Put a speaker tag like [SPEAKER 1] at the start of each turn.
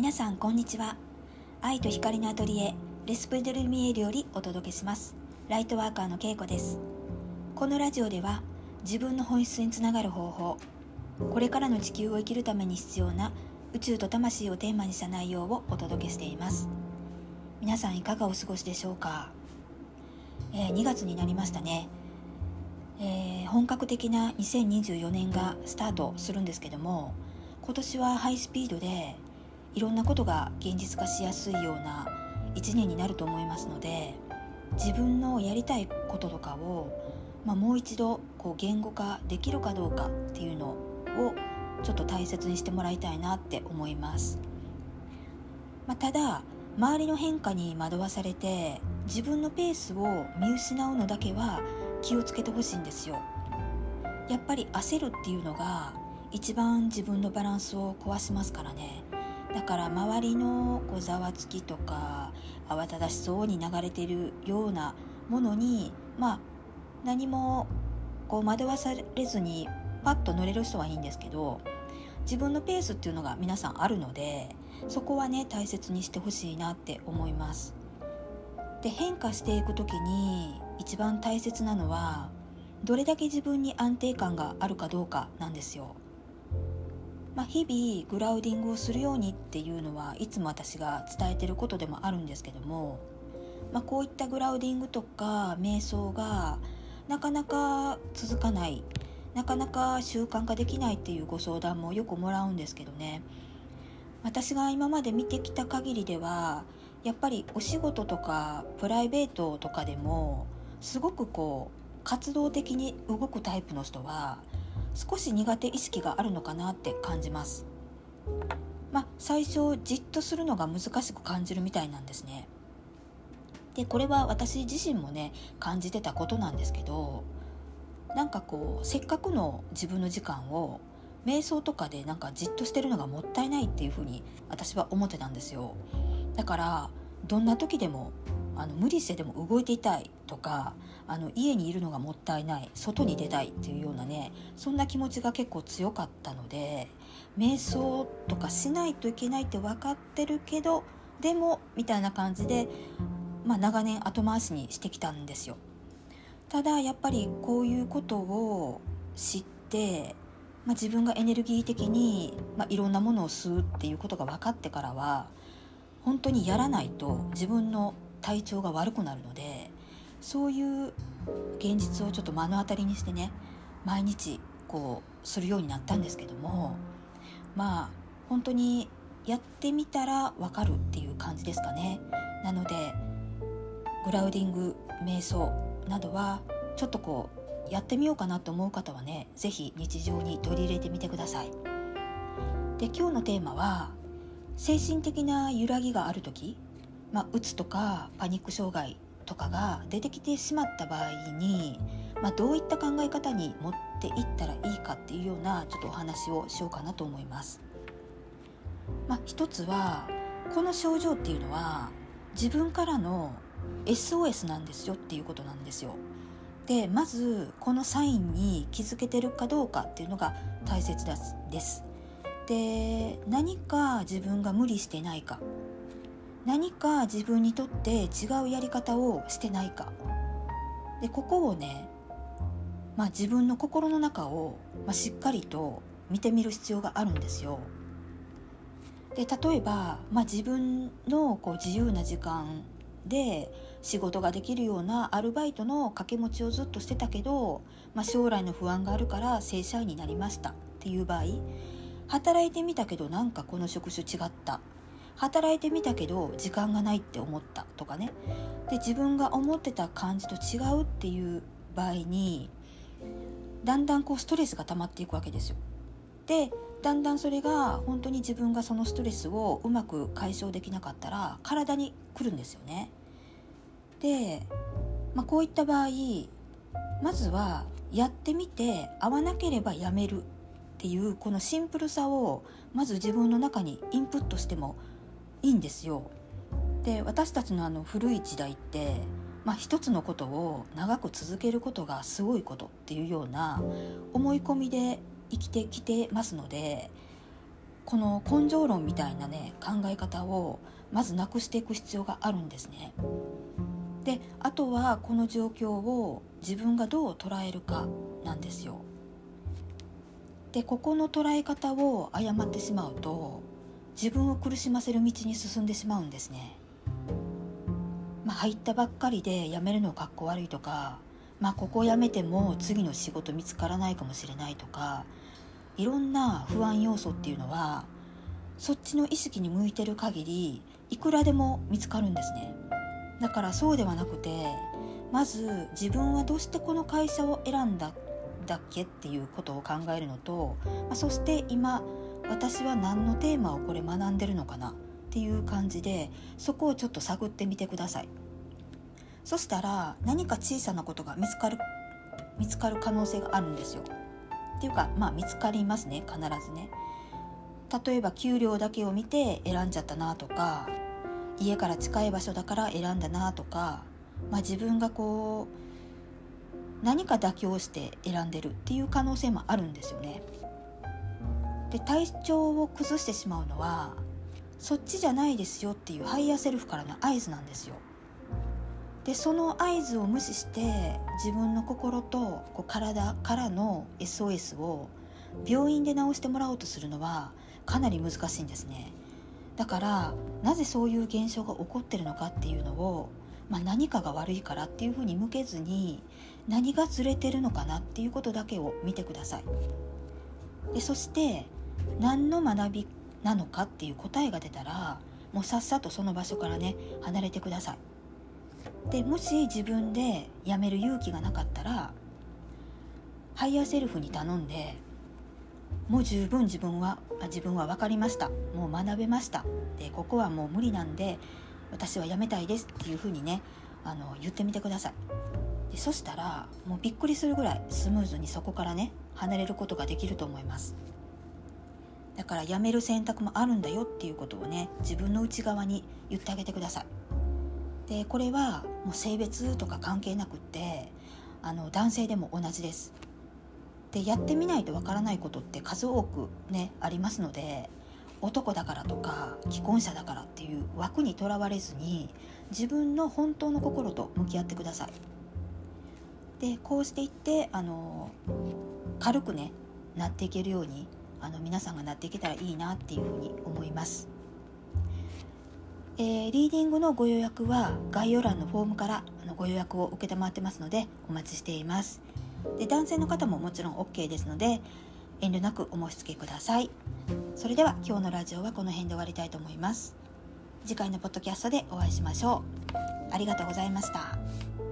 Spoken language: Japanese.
[SPEAKER 1] 皆さんこんにちは。愛と光のアトリエレスプデルミエルよりお届けします。ライトワーカーのけいこです。このラジオでは自分の本質につながる方法、これからの地球を生きるために必要な宇宙と魂をテーマにした内容をお届けしています。皆さんいかがお過ごしでしょうか。2月になりましたね。本格的な2024年がスタートするんですけども、今年はハイスピードでいろんなことが現実化しやすいような1年になると思いますので、自分のやりたいこととかを、もう一度言語化できるかどうかっていうのをちょっと大切にしてもらいたいなって思います。ただ周りの変化に惑わされて自分のペースを見失うのだけは気をつけてほしいんですよ。やっぱり焦るっていうのが一番自分のバランスを壊しますからね。だから周りのざわつきとか慌ただしそうに流れているようなものに何も惑わされずにパッと乗れる人はいいんですけど、自分のペースっていうのが皆さんあるので、そこはね大切にしてほしいなって思います。で、変化していくときに一番大切なのはどれだけ自分に安定感があるかどうかなんですよ。日々グラウディングをするようにっていうのはいつも私が伝えてることでもあるんですけども、こういったグラウディングとか瞑想がなかなか続かない、なかなか習慣化できないっていうご相談もよくもらうんですけどね。私が今まで見てきた限りではやっぱりお仕事とかプライベートとかでもすごく活動的に動くタイプの人は少し苦手意識があるのかなって感じます。最初じっとするのが難しく感じるみたいなんですね。で、これは私自身もね感じてたことなんですけど、せっかくの自分の時間を瞑想とかでじっとしてるのがもったいないっていうふうに私は思ってたんですよ。だからどんな時でも無理してでも動いていたいとか、家にいるのがもったいない、外に出たいっていうようなね、そんな気持ちが結構強かったので、瞑想とかしないといけないって分かってるけどでもみたいな感じで、長年後回しにしてきたんですよ。ただやっぱりこういうことを知って、自分がエネルギー的に、いろんなものを吸うっていうことが分かってからは本当にやらないと自分の体調が悪くなるので、そういう現実をちょっと目の当たりにしてね、毎日するようになったんですけども、本当にやってみたら分かるっていう感じですかね。なのでグラウディング、瞑想などはちょっとやってみようかなと思う方はね、ぜひ日常に取り入れてみてください。で、今日のテーマは精神的な揺らぎがあるとき、うつとかパニック障害とかが出てきてしまった場合に、どういった考え方に持っていったらいいかっていうようなちょっとお話をしようかなと思います。一つはこの症状っていうのは自分からの SOS なんですよっていうことなんですよ。で、まずこのサインに気づけてるかどうかっていうのが大切です。で、何か自分が無理してないか、何か自分にとって違うやり方をしてないかで、ここをね、自分の心の中を、しっかりと見てみる必要があるんですよ。で、例えば、自分の自由な時間で仕事ができるようなアルバイトの掛け持ちをずっとしてたけど、将来の不安があるから正社員になりましたっていう場合、働いてみたけどこの職種違った、働いてみたけど時間がないって思ったとかね。で、自分が思ってた感じと違うっていう場合にだんだんストレスが溜まっていくわけですよ。で、だんだんそれが本当に自分がそのストレスをうまく解消できなかったら体に来るんですよね。で、こういった場合、まずはやってみて合わなければやめるっていうこのシンプルさをまず自分の中にインプットしてもいいんですよ。で、私たちの古い時代って、一つのことを長く続けることがすごいことっていうような思い込みで生きてきてますので、 この根性論みたいなね考え方をまずなくしていく必要があるんですね。であとはこの状況を自分がどう捉えるかなんですよ。でここの捉え方を誤ってしまうと自分を苦しませる道に進んでしまうんですね。入ったばっかりで辞めるのかっこ悪いとか、ここ辞めても次の仕事見つからないかもしれないとか、いろんな不安要素っていうのはそっちの意識に向いてる限りいくらでも見つかるんですね。だからそうではなくて、まず自分はどうしてこの会社を選んだっけっていうことを考えるのと、そして今私は何のテーマをこれ学んでるのかなっていう感じで、そこをちょっと探ってみてください。そしたら何か小さなことが見つかる可能性があるんですよ。っていうか見つかりますね、必ずね。例えば給料だけを見て選んじゃったなとか、家から近い場所だから選んだなとか、自分が何か妥協して選んでるっていう可能性もあるんですよね。で体調を崩してしまうのはそっちじゃないですよっていうハイヤーセルフからの合図なんですよ。でその合図を無視して自分の心と体からの SOS を病院で治してもらおうとするのはかなり難しいんですね。だからなぜそういう現象が起こってるのかっていうのを、何かが悪いからっていうふうに向けずに、何がずれてるのかなっていうことだけを見てください。でそして何の学びなのかっていう答えが出たら、もうさっさとその場所からね離れてください。でもし自分で辞める勇気がなかったら、ハイヤーセルフに頼んで、もう十分自分は分かりました、もう学べました、でここはもう無理なんで私は辞めたいですっていうふうにね言ってみてください。でそしたらもうびっくりするぐらいスムーズにそこからね離れることができると思います。だから辞める選択もあるんだよっていうことをね、自分の内側に言ってあげてください。でこれはもう性別とか関係なくって男性でも同じです。でやってみないとわからないことって数多くねありますので、男だからとか既婚者だからっていう枠にとらわれずに、自分の本当の心と向き合ってください。でこうしていって軽くねなっていけるように皆さんがなっていけたらいいなっていうふうに思います。リーディングのご予約は概要欄のフォームからご予約を承ってますのでお待ちしています。で男性の方ももちろん OK ですので遠慮なくお申し付けください。それでは今日のラジオはこの辺で終わりたいと思います。次回のポッドキャストでお会いしましょう。ありがとうございました。